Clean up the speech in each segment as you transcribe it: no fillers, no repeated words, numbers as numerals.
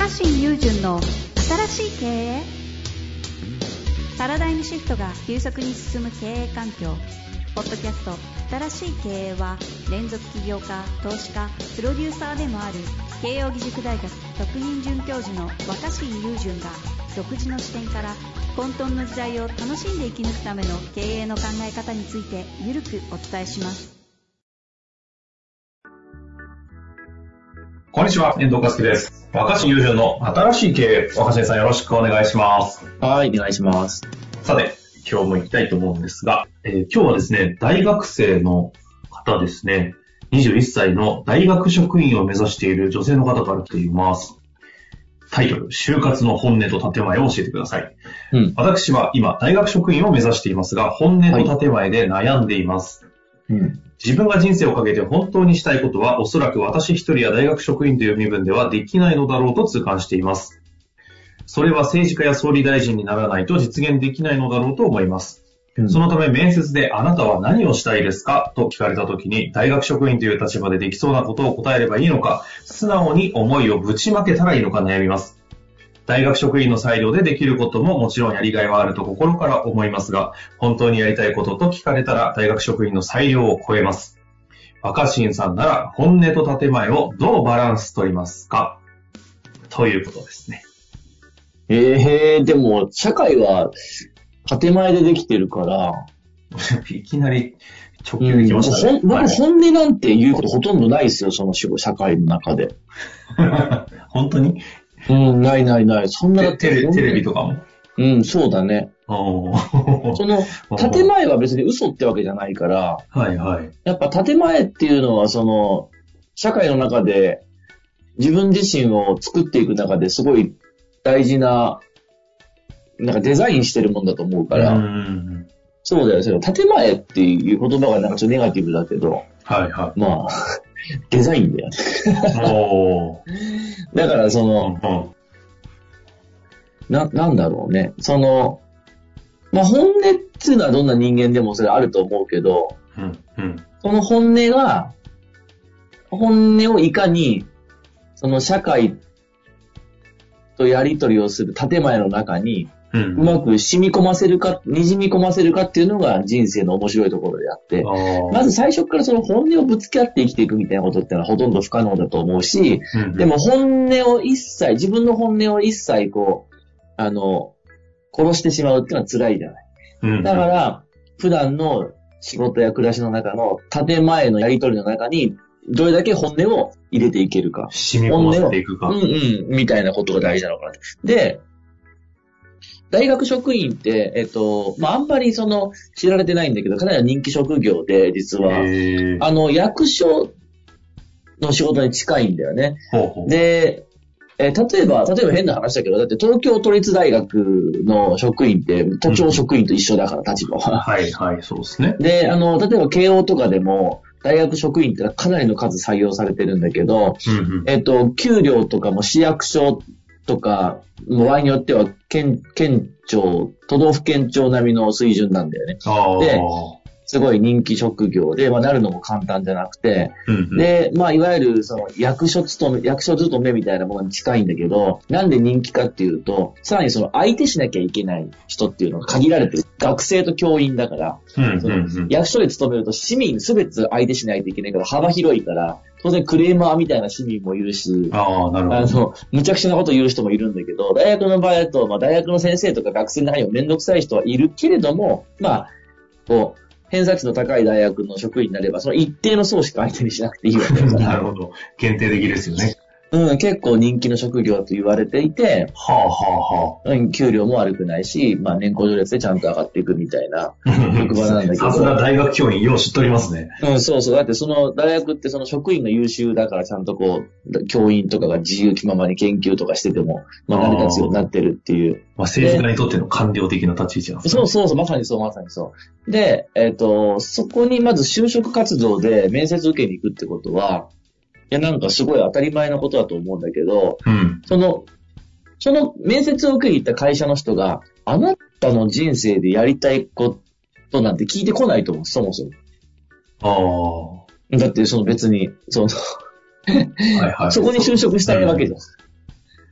新雄純の新しい経営。パラダイムシフトが急速に進む経営環境。ポッドキャスト新しい経営は、連続起業家、投資家、プロデューサーでもある慶應義塾大学特任准教授の若新雄純が、独自の視点から混沌の時代を楽しんで生き抜くための経営の考え方についてゆるくお伝えします。 こんにちは、遠藤和樹です。若新雄純の新しい経営。若新さん、よろしくお願いします。 はい、お願いします。 さて、今日も行きたいと思うんですが、今日はですね、大学生の方ですね、21歳の大学職員を目指している女性の方から来ています。タイトル、就活の本音と建前を教えてください。私は今、大学職員を目指していますが、本音と建前で悩んでいます。自分が人生をかけて本当にしたいことは、おそらく私一人や大学職員という身分ではできないのだろうと痛感しています。それは政治家や総理大臣にならないと実現できないのだろうと思います。そのため面接であなたは何をしたいですかと聞かれたときに、大学職員という立場でできそうなことを答えればいいのか、素直に思いをぶちまけたらいいのか悩みます。大学職員の裁量でできることももちろんやりがいはあると心から思いますが、本当にやりたいことと聞かれたら大学職員の裁量を超えます。若新さんなら本音と建前をどうバランス取りますかということですね。 でも社会は建前でできてるからいきなり直球できましたね。 僕本音なんて言うことほとんどないですよ、その社会の中で。 本当にない。そんなテレビとかも。そうだね。その、建前は別に嘘ってわけじゃないから、やっぱ建前っていうのは、その、社会の中で自分自身を作っていく中ですごい大事な、なんかデザインしてるもんだと思うから、そうだよ、その建前っていう言葉がなんかちょっとネガティブだけど、まあ、デザインだよね。だからその、なんだろうね。その、まあ、本音っていうのはどんな人間でもそれあると思うけど、その本音をいかに、その社会とやり取りをする建前の中に、うまく染み込ませるか、にじみ込ませるかっていうのが人生の面白いところであって、まず最初からその本音をぶつけ合って生きていくみたいなことってのはほとんど不可能だと思うし、でも自分の本音を一切こう、殺してしまうっていうのは辛いじゃない。だから、普段の仕事や暮らしの中の建前のやり取りの中に、どれだけ本音を入れていけるか。 染み込ませていくか。 みたいなことが大事なのかな。で、大学職員って、まあ、あんまりその、知られてないんだけど、かなり人気職業で、実は、役所の仕事に近いんだよね。で、例えば変な話だけど、だって東京都立大学の職員って、都庁職員と一緒だから、立場は。 そうですね。 で、例えば慶応とかでも、大学職員ってかなりの数採用されてるんだけど、給料とかも市役所とか、場合によっては県庁、都道府県庁並みの水準なんだよね。で、すごい人気職業で、まあ、なるのも簡単じゃなくて、で、まあ、いわゆる、その、役所勤めみたいなものに近いんだけど、なんで人気かっていうと、さらにその、相手しなきゃいけない人っていうのが限られてる。学生と教員だから、その役所で勤めると市民すべて相手しないといけないから幅広いから、当然クレーマーみたいな市民もいるし、むちゃくちゃなこと言う人もいるんだけど、大学の場合だと、まあ、大学の先生とか学生の中にもめんどくさい人はいるけれども、まあ、こう、偏差値の高い大学の職員になれば、その一定の層しか相手にしなくていいわけだから。 なるほど。限定的ですよね。 結構人気の職業と言われていて、給料も悪くないし、まあ年功序列でちゃんと上がっていくみたいな職場なんだけど。 さすが大学教員よう知っとりますね。 そう。だってその大学ってその職員が優秀だからちゃんとこう、教員とかが自由気ままに研究とかしてても、まあ成り立つようになってるっていう。 まあ政治家にとっての官僚的な立ち位置なんですね。 そう、まさにそう。で、そこにまず就職活動で面接受けに行くってことは、いや、なんかすごい当たり前なことだと思うんだけど、その面接を受けに行った会社の人が、あなたの人生でやりたいことなんて聞いてこないと思う、そもそも。だって、その別に、そのそこに就職したいわけじゃん。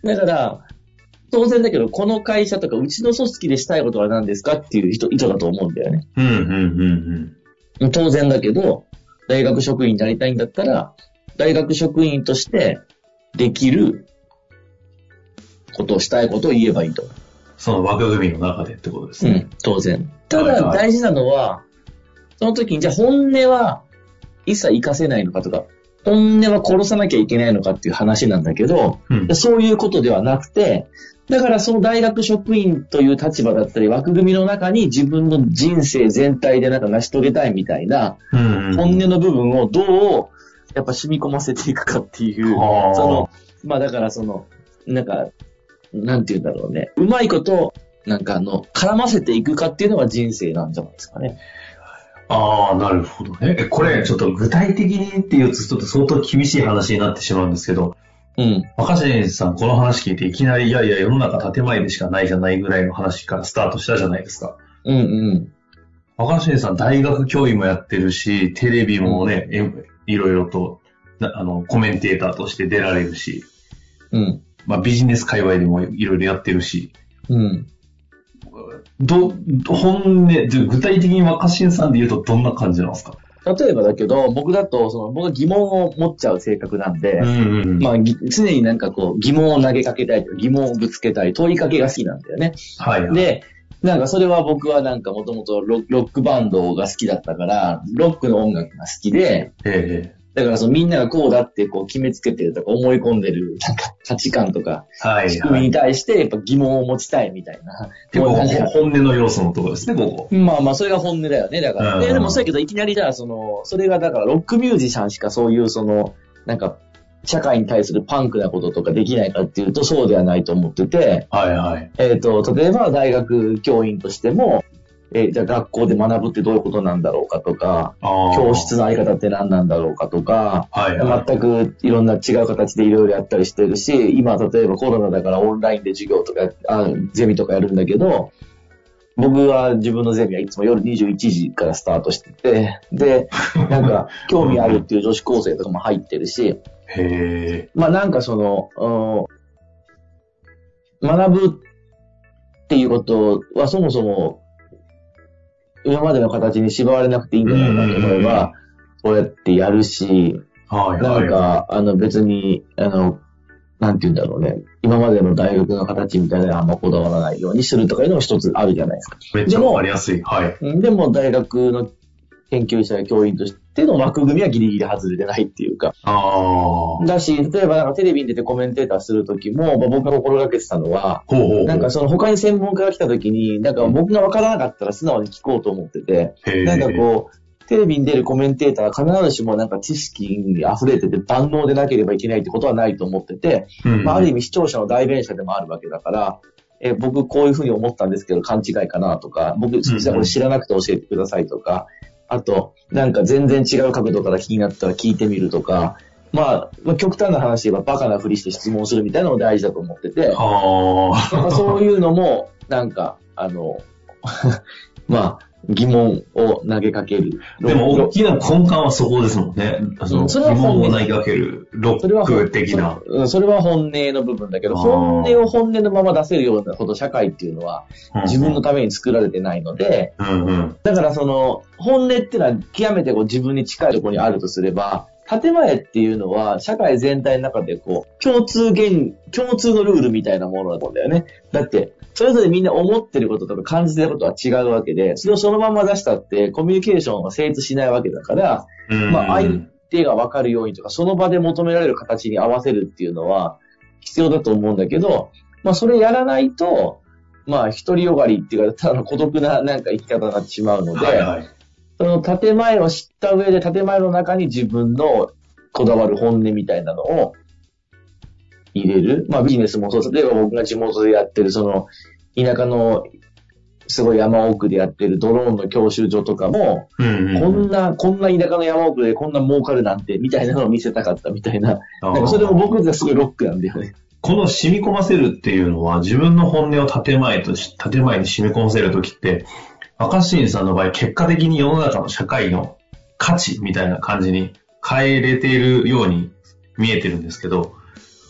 だから、当然だけど、この会社とか、うちの組織でしたいことは何ですかっていう意図だと思うんだよね。当然だけど、大学職員になりたいんだったら、大学職員としてできることをしたいことを言えばいいと。 その枠組みの中でってことですね。 当然。ただ大事なのは、その時にじゃあ本音は一切活かせないのかとか、本音は殺さなきゃいけないのかっていう話なんだけど、そういうことではなくて、だからその大学職員という立場だったり枠組みの中に自分の人生全体でなんか成し遂げたいみたいな本音の部分をどうやっぱ染み込ませていくかっていう、まあだからなんか、なんて言うんだろうね。うまいこと、なんか絡ませていくかっていうのが人生なんじゃないですかね。 ああ、なるほどね。これちょっと具体的にっていうとちょっと相当厳しい話になってしまうんですけど、若新さんこの話聞いていきなりいやいや世の中建前でしかないじゃないぐらいの話からスタートしたじゃないですか。若新さん大学教員もやってるし、テレビもね、いろいろとコメンテーターとして出られるし、まあビジネス界隈でもいろいろやってるし、本音、具体的に若新さんで言うとどんな感じなんですか？ 例えばだけど、僕だと、僕は疑問を持っちゃう性格なんで、まあ、常になんかこう、疑問を投げかけたいとか、疑問をぶつけたい、問いかけが好きなんだよね。で、なんかそれは僕はなんかもともとロックバンドが好きだったから、ロックの音楽が好きで、だからみんながこうだってこう決めつけてるとか思い込んでるなんか価値観とか仕組みに対してやっぱ疑問を持ちたいみたいな。 結構本音の要素のところですね、ここ。 まあまあそれが本音だよね。だから。でもそうやけどいきなりそれがだからロックミュージシャンしかそういうなんか社会に対するパンクなこととかできないかっていうとそうではないと思ってて。例えば大学教員としても、じゃあ学校で学ぶってどういうことなんだろうかとか、教室のあり方って何なんだろうかとか、全くいろんな違う形でいろいろやったりしてるし、今例えばコロナだからオンラインで授業とか、ゼミとかやるんだけど、僕は自分のゼミはいつも夜21時からスタートしてて、で、なんか興味あるっていう女子高生とかも入ってるし、まあなんか学ぶっていうことはそもそも今までの形に縛られなくていいんじゃないかと思えば、そうやってやるし、なんか、別に、なんて言うんだろうね。今までの大学の形みたいなのあんまこだわらないようにするとかいうのも一つあるじゃないですか。 めっちゃわかりやすい。 でも大学の研究者や教員としての枠組みはギリギリ外れてないっていうか。だし、例えばなんかテレビに出てコメンテーターするときも、僕が心がけてたのは、なんか他に専門家が来たときに、なんか僕が分からなかったら素直に聞こうと思ってて、なんかこう、テレビに出るコメンテーターは必ずしもなんか知識に溢れてて万能でなければいけないってことはないと思ってて、まあある意味視聴者の代弁者でもあるわけだから、僕こういうふうに思ったんですけど勘違いかなとか、僕実はこれ知らなくて教えてくださいとか、あと、なんか全然違う角度から気になったら聞いてみるとか、まあ、極端な話で言えばバカなふりして質問するみたいなのも大事だと思ってて、そういうのも、なんか、まあ、疑問を投げかける。 でも、大きな根幹はそこですもんね。疑問を投げかける。ロック的な。 それは本音の部分だけど、本音を本音のまま出せるようなほど社会っていうのは、自分のために作られてないので、だから本音っていうのは極めて自分に近いところにあるとすれば、建前っていうのは社会全体の中で共通のルールみたいなものなんだよね。だって、それぞれみんな思ってることとか感じてることは違うわけで、それをそのまま出したってコミュニケーションは成立しないわけだから、まあ相手がわかるようにとか、その場で求められる形に合わせるっていうのは必要だと思うんだけど、まあそれやらないと、まあ独りよがりっていうか、ただの孤独ななんか生き方になってしまうので、その建前を知った上で建前の中に自分のこだわる本音みたいなのを入れる。まあビジネスもそう。例えば僕が地元でやってる田舎のすごい山奥でやってるドローンの教習所とかも、こんな田舎の山奥でこんな儲かるなんてみたいなのを見せたかったみたいな。なんかそれも僕がすごいロックなんだよね。 この染み込ませるっていうのは自分の本音を建前に染み込ませるときって、若新さんの場合、結果的に世の中の社会の価値みたいな感じに変えれているように見えてるんですけど、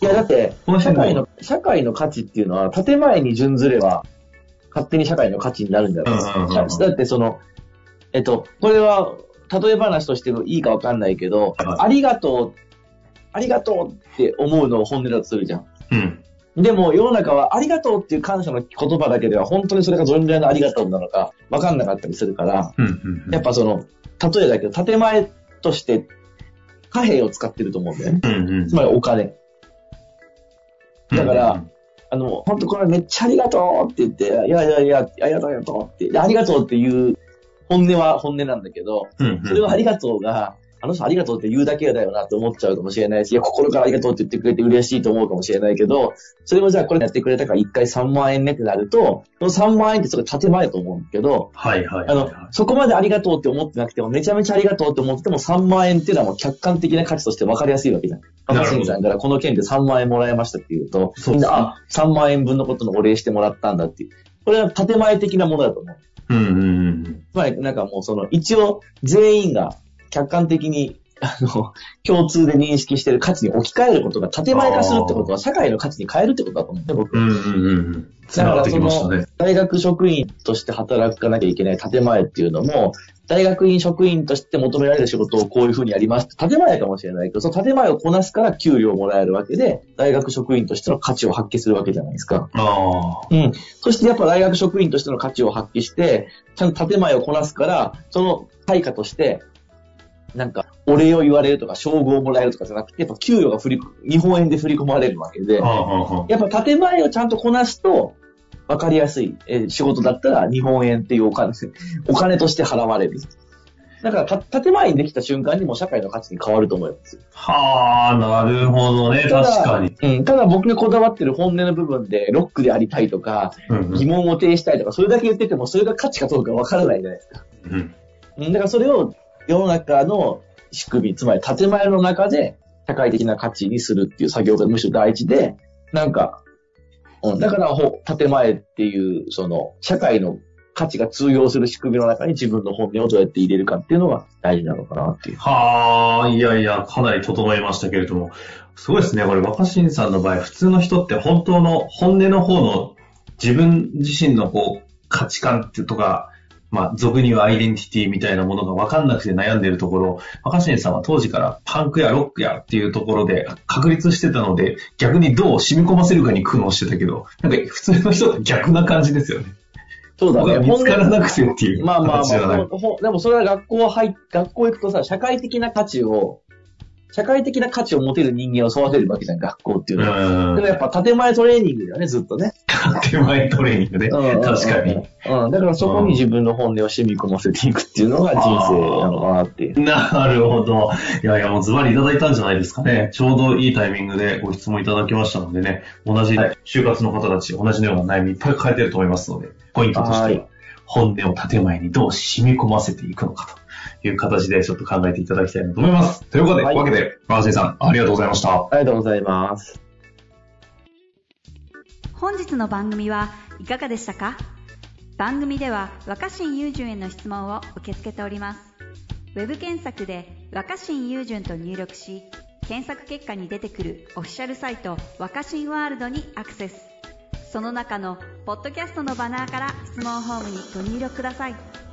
いや、だって、社会の価値っていうのは、建前に準ずれば、勝手に社会の価値になるんじゃないですか。だってこれは、例え話としてもいいかわかんないけど、ありがとうって思うのを本音だとするじゃん。でも、世の中はありがとうっていう感謝の言葉だけでは、本当にそれがどれぐらいのありがとうなのか、わかんなかったりするから、やっぱ例えだけど、建前として、貨幣を使ってると思うんだよね。つまりお金。だから、本当これめっちゃありがとうって言って、いや、ありがとうって、ありがとうっていう本音は本音なんだけど、それはありがとうが、あの人ありがとうって言うだけだよなって思っちゃうかもしれないし、いや、心からありがとうって言ってくれて嬉しいと思うかもしれないけど、それをじゃあこれやってくれたから1回3万円ねってなると、その3万円ってそれ建前だと思うんだけど、そこまでありがとうって思ってなくても、めちゃめちゃありがとうって思ってても3万円っていうのはもう客観的な価値として分かりやすいわけじゃん。若新さんからこの件で3万円もらいましたっていうと、みんな、3万円分のことのお礼してもらったんだっていう。これは建前的なものだと思う。つまりなんかもう一応全員が客観的に共通で認識している価値に置き換えることが建前化するってことは社会の価値に変えるってことだと思うんだよ、僕。だから大学職員として働かなきゃいけない建前っていうのも、大学院職員として求められる仕事をこういうふうにやりますって建前かもしれないけど、その建前をこなすから給料をもらえるわけで、大学職員としての価値を発揮するわけじゃないですか。そしてやっぱ大学職員としての価値を発揮して、ちゃんと建前をこなすから、その対価として、なんか、お礼を言われるとか、称号をもらえるとかじゃなくて、やっぱ給与が日本円で振り込まれるわけで、やっぱ建前をちゃんとこなすと、わかりやすい、仕事だったら日本円っていうお金として払われる。だから、建前にできた瞬間にも社会の価値に変わると思います。 はあ、なるほどね、確かに。 ただ僕がこだわってる本音の部分で、ロックでありたいとか、疑問を呈したいとか、それだけ言ってても、それが価値かどうかわからないじゃないですか。だからそれを、世の中の仕組み、つまり建前の中で社会的な価値にするっていう作業がむしろ大事で、なんか、だから建前っていう、社会の価値が通用する仕組みの中に自分の本音をどうやって入れるかっていうのが大事なのかなっていう。 はあ、いやいや、かなり整いましたけれども、すごいですね。これ、若新さんの場合、普通の人って本当の本音の方の自分自身の価値観ってとか、俗にはアイデンティティみたいなものが分かんなくて悩んでいるところ、若新さんは当時からパンクやロックやっていうところで確立してたので、逆にどう染み込ませるかに苦悩してたけど、なんか普通の人って逆な感じですよね。 そうだね。 見つからなくてっていう形じゃない。 でもそれは学校行くとさ、社会的な価値を持てる人間を育てるわけじゃん、学校っていうのは。でもやっぱ建前トレーニングだよね、ずっとね。 建前トレーニングね。確かに。 だからそこに自分の本音を染み込ませていくっていうのが人生なのかなっていう。 なるほど。いやいや、もうズバリいただいたんじゃないですかね。ちょうどいいタイミングでご質問いただきましたのでね、同じ就活の方たち、同じような悩みいっぱい抱えてると思いますので、ポイントとしては、本音を建前にどう染み込ませていくのかという形でちょっと考えていただきたいなと思います。ということで、わけで、若新さん、ありがとうございました。 ありがとうございます。 本日の番組はいかがでしたか？番組では若新雄純への質問を受け付けております。ウェブ検索で若新雄純と入力し、検索結果に出てくるオフィシャルサイト若新ワールドにアクセス。その中のポッドキャストのバナーから質問フォームにご入力ください。